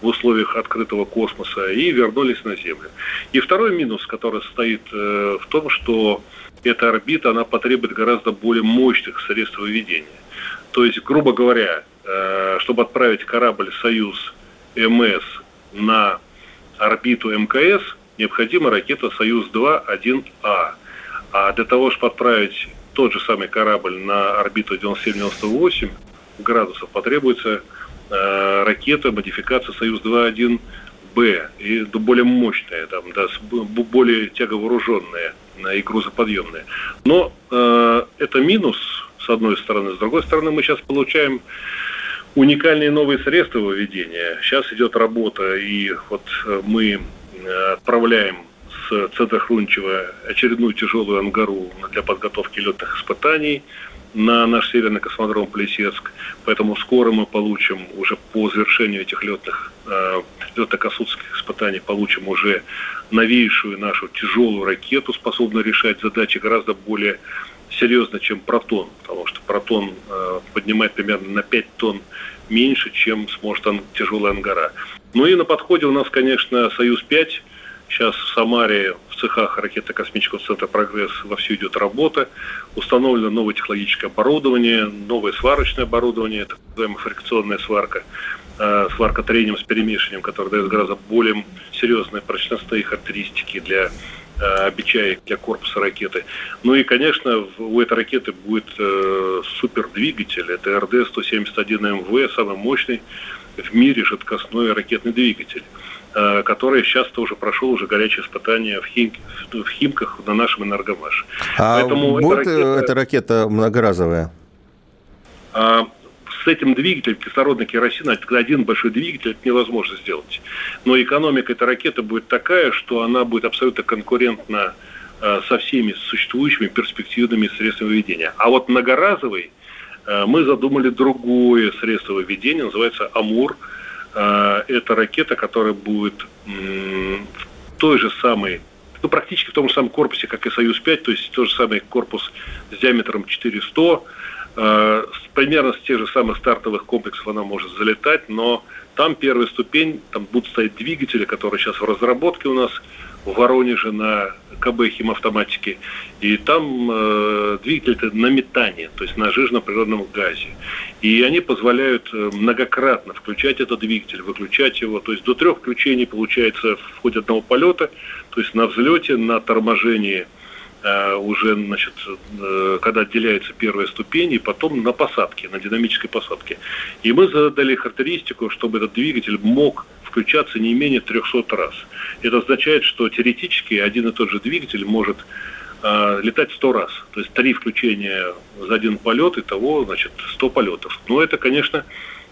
в условиях открытого космоса и вернулись на Землю. И второй минус, который состоит в том, что эта орбита, она потребует гораздо более мощных средств выведения. То есть, грубо говоря, чтобы отправить корабль «Союз-МС» на орбиту МКС, необходима ракета «Союз-2-1А». А для того, чтобы отправить тот же самый корабль на орбиту 97-98 градусов, потребуется ракета модификации «Союз-2-1Б», и более мощная, там, да, более тяговооруженная и грузоподъемная. Но это минус, с одной стороны. С другой стороны, мы сейчас получаем уникальные новые средства выведения. Сейчас идет работа, и вот мы отправляем с центра Хруничева очередную тяжелую ангару для подготовки летных испытаний на наш северный космодром Плесецк. Поэтому скоро мы получим, уже по завершению этих летно-космических испытаний, получим уже новейшую нашу тяжелую ракету, способную решать задачи гораздо более серьезно, чем «Протон», потому что «Протон» поднимает примерно на 5 тонн меньше, чем сможет тяжелая ангара. Ну и на подходе у нас, конечно, «Союз-5». Сейчас в Самаре, в цехах ракетно-космического центра «Прогресс» вовсю идет работа. Установлено новое технологическое оборудование, новое сварочное оборудование, так называемая фрикционная сварка, сварка трением с перемешиванием, которая дает гораздо более серьезные прочностные характеристики для обечаек, для корпуса ракеты. Ну и, конечно, у этой ракеты будет супердвигатель. Это РД-171МВ, самый мощный в мире жидкостной ракетный двигатель, который сейчас тоже прошел уже горячее испытание в Химках на нашем Энергомаше. А будет эта ракета многоразовая? С этим двигателем кислородно-керосина, один большой двигатель, это невозможно сделать. Но экономика этой ракеты будет такая, что она будет абсолютно конкурентна со всеми существующими перспективными средствами выведения. А вот многоразовый мы задумали другое средство выведения, называется «Амур». Это ракета, которая будет в той же самой, практически в том же самом корпусе, как и «Союз-5», то есть тот же самый корпус с диаметром 400, примерно с тех же самых стартовых комплексов она может залетать, но там первая ступень, там будут стоять двигатели, которые сейчас в разработке у нас в Воронеже на КБ химавтоматике, и там двигатели на метане, то есть на жиженном природном газе. И они позволяют многократно включать этот двигатель, выключать его, то есть до 3 включений получается в ходе одного полета, то есть на взлете, на торможении, уже, значит, когда отделяется первая ступень, и потом на посадке, на динамической посадке. И мы задали характеристику, чтобы этот двигатель мог включаться не менее 300 раз. Это означает, что теоретически один и тот же двигатель может летать 100 раз. То есть 3 включения за один полет, итого, значит, 100 полетов. Но это, конечно,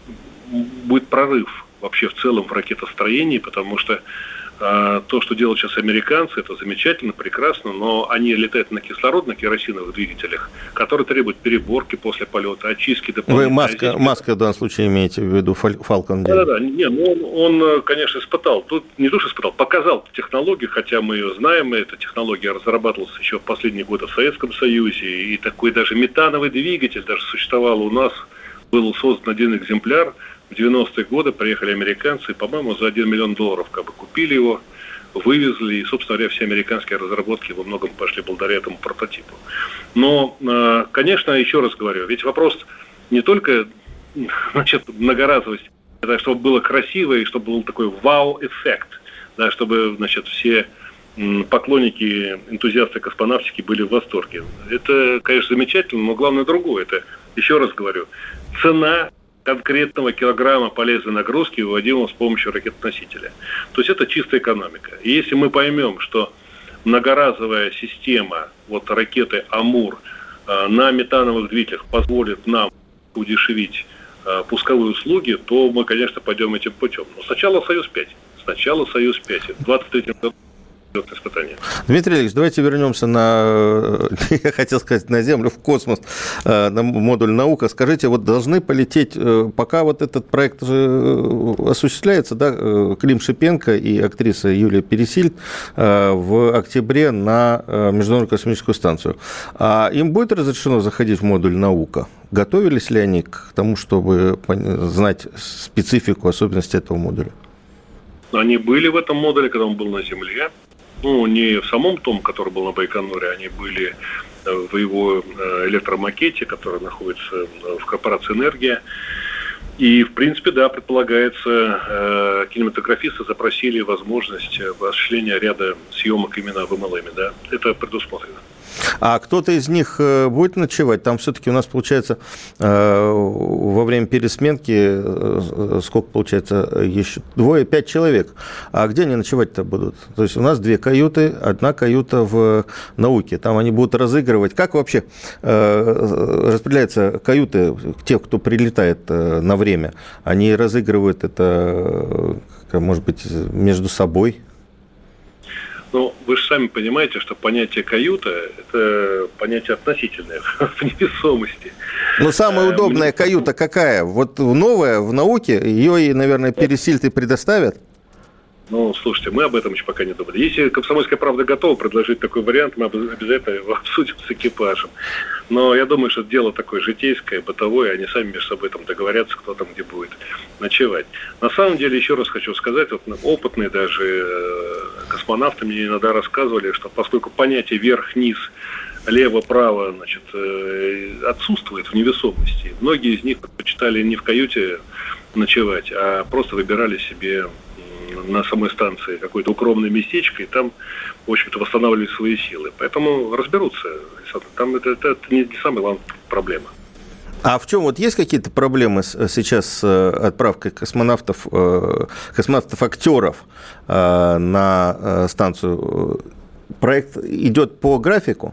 будет прорыв вообще в целом в ракетостроении, потому что то, что делают сейчас американцы, это замечательно, прекрасно, но они летают на кислородно-керосиновых двигателях, которые требуют переборки после полета, очистки дополнительной. Вы Маска в данном случае имеете в виду, Falcon 9? Да. Не, ну он, конечно, испытал. Тут не то, что испытал, показал технологию, хотя мы ее знаем, эта технология разрабатывалась еще в последние годы в Советском Союзе, и такой даже метановый двигатель даже существовал у нас, был создан один экземпляр. В 90-е годы приехали американцы, и, по-моему, за $1 миллион как бы купили его, вывезли, и, собственно говоря, все американские разработки во многом пошли благодаря этому прототипу. Но, конечно, еще раз говорю, ведь вопрос не только, значит, многоразовости, это чтобы было красиво и чтобы был такой вау-эффект, да, чтобы, значит, все поклонники, энтузиасты космонавтики были в восторге. Это, конечно, замечательно, но главное другое. Это, еще раз говорю, цена конкретного килограмма полезной нагрузки, выводимого с помощью ракетоносителя. То есть это чистая экономика. И если мы поймем, что многоразовая система вот ракеты «Амур» на метановых двигателях позволит нам удешевить пусковые услуги, то мы, конечно, пойдем этим путем. Но сначала «Союз-5». Сначала «Союз-5». В 23-м году испытания. Дмитрий Ильич, давайте вернемся я хотел сказать, на Землю, в космос, на модуль «Наука». Скажите, вот должны полететь, пока вот этот проект же осуществляется, да, Клим Шипенко и актриса Юлия Пересильд в октябре на Международную космическую станцию. А им будет разрешено заходить в модуль «Наука»? Готовились ли они к тому, чтобы знать специфику, особенности этого модуля? Они были в этом модуле, когда он был на Земле. Ну, не в самом том, который был на Байконуре, они были в его электромакете, который находится в корпорации «Энергия». И, в принципе, да, предполагается, кинематографисты запросили возможность осуществления ряда съемок именно в МЛМ, да. Это предусмотрено. А кто-то из них будет ночевать? Там все-таки у нас, получается, во время пересменки, сколько получается, еще 2-5 человек. А где они ночевать-то будут? То есть у нас 2 каюты, 1 каюта в науке. Там они будут разыгрывать. Как вообще распределяются каюты тех, кто прилетает на время? Они разыгрывают это, может быть, между собой? Ну, вы же сами понимаете, что понятие каюта – это понятие относительное в невесомости. Но самая удобная каюта какая? Вот новая в науке, ее, наверное, пересильты предоставят? Ну, слушайте, мы об этом еще пока не думали. Если «Комсомольская правда» готова предложить такой вариант, мы обязательно его обсудим с экипажем. Но я думаю, что дело такое житейское, бытовое, они сами между собой там договорятся, кто там где будет ночевать. На самом деле, еще раз хочу сказать, вот опытные даже космонавты мне иногда рассказывали, что поскольку понятие верх-низ, лево-право, значит, отсутствует в невесомости, многие из них предпочитали не в каюте ночевать, а просто выбирали себе на самой станции какое-то укромное местечко, и там, в общем-то, восстанавливали свои силы. Поэтому разберутся. Там это не самая главная проблема. А в чем вот есть какие-то проблемы сейчас с отправкой космонавтов-актеров на станцию? Проект идет по графику?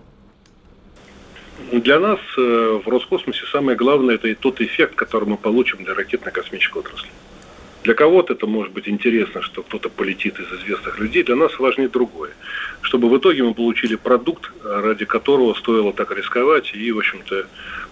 Для нас в Роскосмосе самое главное – это и тот эффект, который мы получим для ракетно-космической отрасли. Для кого-то это может быть интересно, что кто-то полетит из известных людей. Для нас важнее другое. Чтобы в итоге мы получили продукт, ради которого стоило так рисковать и, в общем-то,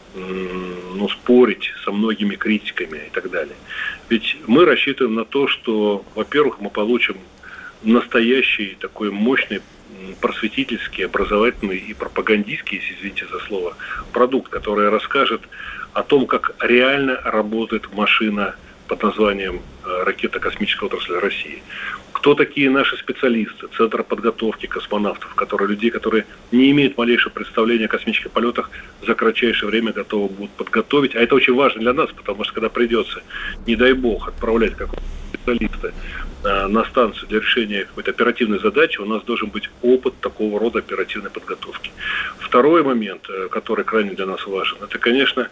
спорить со многими критиками и так далее. Ведь мы рассчитываем на то, что, во-первых, мы получим настоящий такой мощный просветительский, образовательный и пропагандистский, если извините за слово, продукт, который расскажет о том, как реально работает машина под названием ракетно-космическая отрасль России. Кто такие наши специалисты, Центр подготовки космонавтов, людей, которые не имеют малейшего представления о космических полетах, за кратчайшее время готовы будут подготовить. А это очень важно для нас, потому что когда придется, не дай бог, отправлять какого-то специалиста на станцию для решения какой-то оперативной задачи, у нас должен быть опыт такого рода оперативной подготовки. Второй момент, который крайне для нас важен, это, конечно,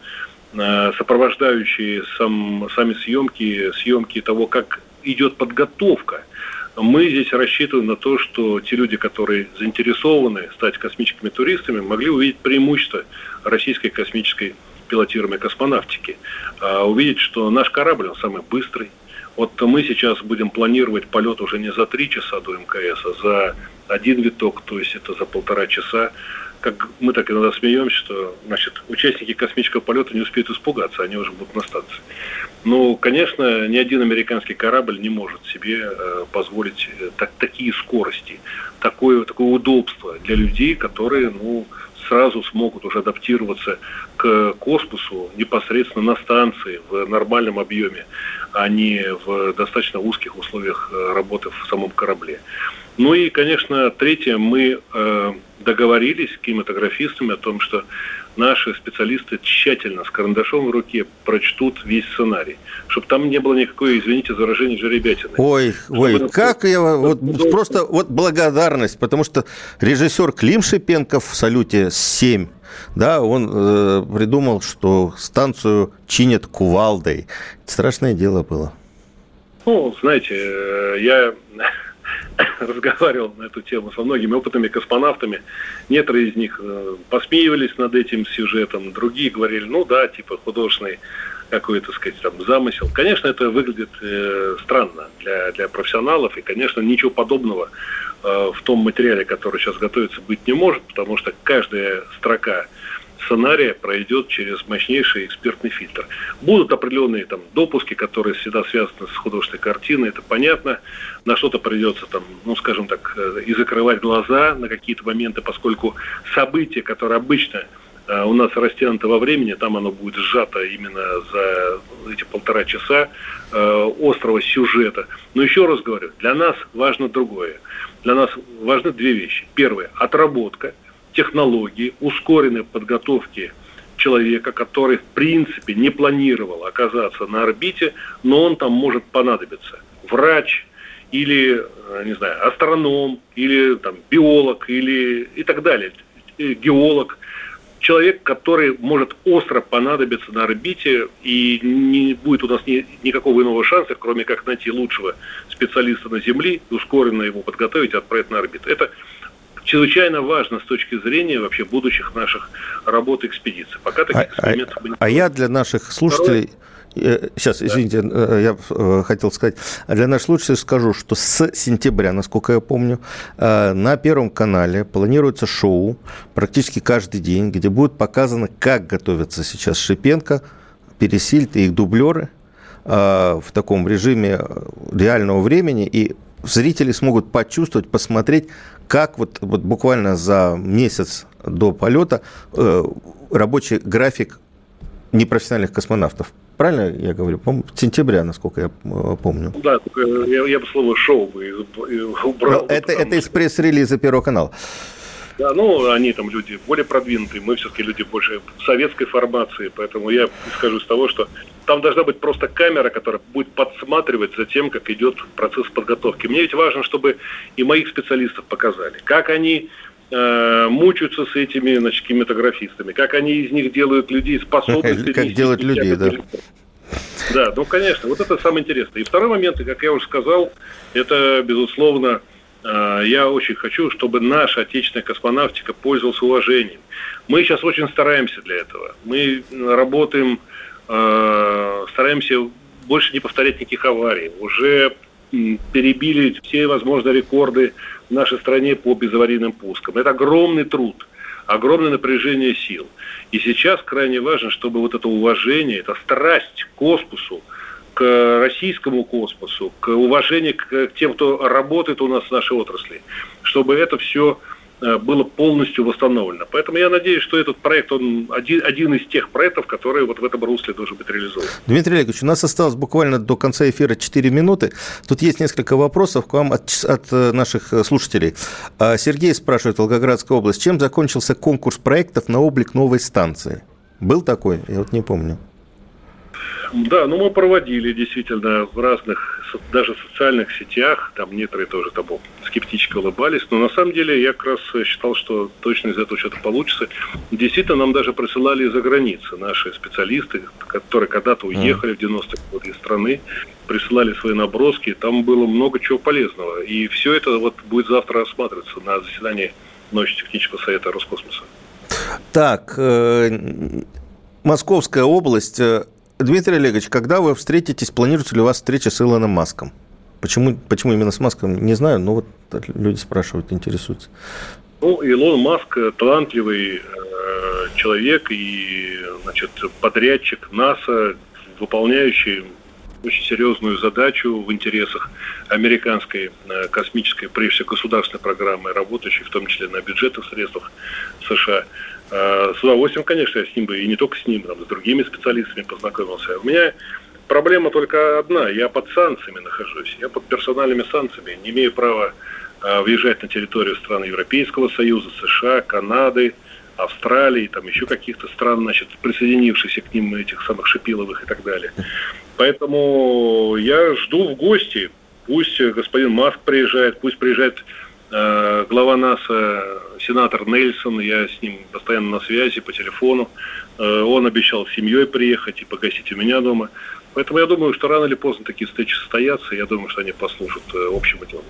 сопровождающие сами съемки того, как идет подготовка. Мы здесь рассчитываем на то, что те люди, которые заинтересованы стать космическими туристами, могли увидеть преимущество российской космической пилотируемой космонавтики. Увидеть, что наш корабль, он самый быстрый. Вот мы сейчас будем планировать полет уже не за 3 часа до МКС, а за 1 виток, то есть это за 1,5 часа. Как мы так иногда смеемся, что, участники космического полета не успеют испугаться, они уже будут на станции. Ну, конечно, ни один американский корабль не может себе позволить такие скорости, такое удобство для людей, которые, сразу смогут уже адаптироваться к космосу непосредственно на станции в нормальном объеме, а не в достаточно узких условиях работы в самом корабле. Ну и, конечно, третье, мы договорились с кинематографистами о том, что наши специалисты тщательно, с карандашом в руке, прочтут весь сценарий, чтобы там не было никакой, извините за выражение, жеребятины. Ой, как я... Просто благодарность, потому что режиссер Клим Шипенков в «Салюте-7», да, он придумал, что станцию чинят кувалдой. Страшное дело было. Знаете, я разговаривал на эту тему со многими опытными космонавтами. Некоторые из них посмеивались над этим сюжетом, другие говорили, художественный какой-то, замысел. Конечно, это выглядит странно для профессионалов, и, конечно, ничего подобного в том материале, который сейчас готовится, быть не может, потому что каждая строка сценария пройдет через мощнейший экспертный фильтр. Будут определенные допуски, которые всегда связаны с художественной картиной, это понятно. На что-то придется и закрывать глаза на какие-то моменты, поскольку события, которые обычно у нас растянуто во времени, там оно будет сжато именно за эти 1,5 часа острого сюжета. Но еще раз говорю, для нас важно другое. Для нас важны две вещи. Первое – отработка технологии, ускоренной подготовки человека, который в принципе не планировал оказаться на орбите, но он там может понадобиться. Врач или, не знаю, астроном, или там, биолог, или и так далее, геолог. Человек, который может остро понадобиться на орбите, и не будет у нас никакого иного шанса, кроме как найти лучшего специалиста на Земле, ускоренно его подготовить и отправить на орбиту. Это чрезвычайно важно с точки зрения вообще будущих наших работ экспедиций. Пока таких экспериментов не... я для наших слушателей... Сейчас, извините, я хотел сказать. Для наших слушателей скажу, что с сентября, насколько я помню, на Первом канале планируется шоу практически каждый день, где будет показано, как готовятся сейчас Шипенко, Пересильд и их дублеры в таком режиме реального времени, и зрители смогут почувствовать, посмотреть, как вот буквально за месяц до полета рабочий график непрофессиональных космонавтов. Правильно я говорю? Сентября, насколько я помню. Да, я бы слово «шоу» убрал. Это из пресс-релиза Первого канала. Да, они там люди более продвинутые, мы все-таки люди больше советской формации, поэтому я скажу с того, что там должна быть просто камера, которая будет подсматривать за тем, как идет процесс подготовки. Мне ведь важно, чтобы и моих специалистов показали, как они мучаются с этими, кинематографистами, как они из них делают людей способных... Как делать людей, да. Да, конечно, вот это самое интересное. И второй момент, как я уже сказал, это, безусловно, я очень хочу, чтобы наша отечественная космонавтика пользовалась уважением. Мы сейчас очень стараемся для этого. Мы работаем, стараемся больше не повторять никаких аварий. Уже перебили все возможные рекорды в нашей стране по безаварийным пускам. Это огромный труд, огромное напряжение сил. И сейчас крайне важно, чтобы вот это уважение, эта страсть к космосу, к российскому космосу, к уважению к тем, кто работает у нас в нашей отрасли, чтобы это все было полностью восстановлено. Поэтому я надеюсь, что этот проект, он один из тех проектов, которые вот в этом русле должен быть реализован. Дмитрий Олегович, у нас осталось буквально до конца эфира 4 минуты. Тут есть несколько вопросов к вам от наших слушателей. Сергей спрашивает, Волгоградская область, чем закончился конкурс проектов на облик новой станции? Был такой? Я вот не помню. Да, мы проводили действительно в разных, даже социальных сетях, там некоторые тоже там скептически улыбались, но на самом деле я как раз считал, что точно из этого что-то получится. Действительно, нам даже присылали из-за границы наши специалисты, которые когда-то уехали в 90-е годы из страны, присылали свои наброски, там было много чего полезного. И все это вот будет завтра рассматриваться на заседании научно-технического совета Роскосмоса. Так, Московская область... Дмитрий Олегович, когда вы встретитесь, планируется ли у вас встреча с Илоном Маском? Почему именно с Маском, не знаю, но вот люди спрашивают, интересуются. Илон Маск талантливый человек и, подрядчик НАСА, выполняющий очень серьезную задачу в интересах американской космической, прежде всего, государственной программы, работающей в том числе на бюджетных средствах США. С удовольствием, конечно, я с ним бы, и не только с ним, с другими специалистами познакомился. У меня проблема только одна. Я под санкциями нахожусь. Я под персональными санкциями. Не имею права въезжать на территорию стран Европейского Союза, США, Канады, Австралии, там еще каких-то стран, присоединившихся к ним, этих самых Шипиловых и так далее. Поэтому я жду в гости. Пусть господин Маск приезжает, пусть приезжает глава НАСА, сенатор Нельсон, я с ним постоянно на связи по телефону. Он обещал с семьей приехать и погостить у меня дома. Поэтому я думаю, что рано или поздно такие встречи состоятся, и я думаю, что они послужат общему делу.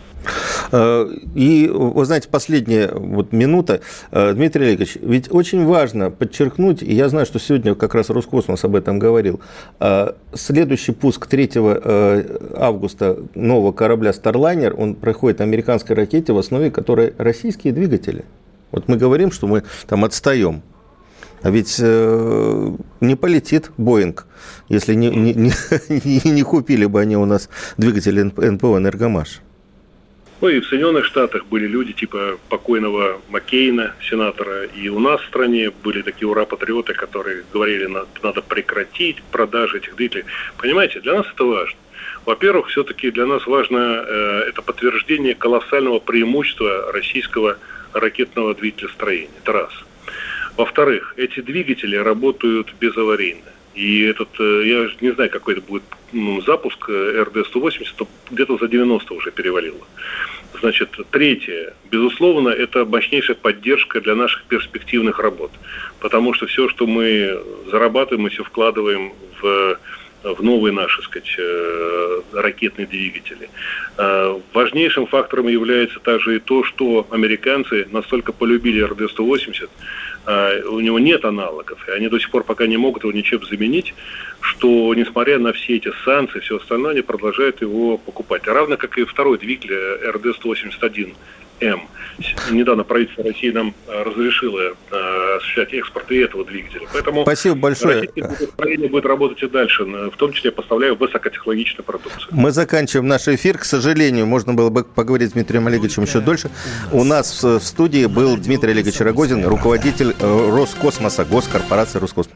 И, вы знаете, последняя минута. Дмитрий Олегович, ведь очень важно подчеркнуть, и я знаю, что сегодня как раз Роскосмос об этом говорил, следующий пуск 3 августа нового корабля Starliner, он проходит на американской ракете, в основе которой российские двигатели. Вот мы говорим, что мы там отстаем. А ведь не полетит Боинг, если не купили бы они у нас двигатели НПО «Энергомаш». Ну и в Соединенных Штатах были люди типа покойного Маккейна, сенатора, и у нас в стране были такие ура-патриоты, которые говорили, надо прекратить продажи этих двигателей. Понимаете, для нас это важно. Во-первых, все-таки для нас важно это подтверждение колоссального преимущества российского ракетного двигателестроения. Это раз. Во-вторых, эти двигатели работают безаварийно. И я не знаю, какой это будет запуск РД-180, где-то за 90 уже перевалило. Значит, третье. Безусловно, это мощнейшая поддержка для наших перспективных работ. Потому что все, что мы зарабатываем, мы все вкладываем в новые наши, так сказать, ракетные двигатели. Важнейшим фактором является также и то, что американцы настолько полюбили РД-180, у него нет аналогов, и они до сих пор пока не могут его ничем заменить, что, несмотря на все эти санкции, все остальное, они продолжают его покупать. Равно как и второй двигатель РД-181М. Недавно правительство России нам разрешило осуществлять экспорт и этого двигателя. Поэтому спасибо большое. Российское строение будет работать и дальше, в том числе поставляя высокотехнологичную продукцию. Мы заканчиваем наш эфир. К сожалению, можно было бы поговорить с Дмитрием Олеговичем еще дольше. У нас в студии был Дмитрий Олегович Рогозин, руководитель Роскосмоса, госкорпорации Роскосмос.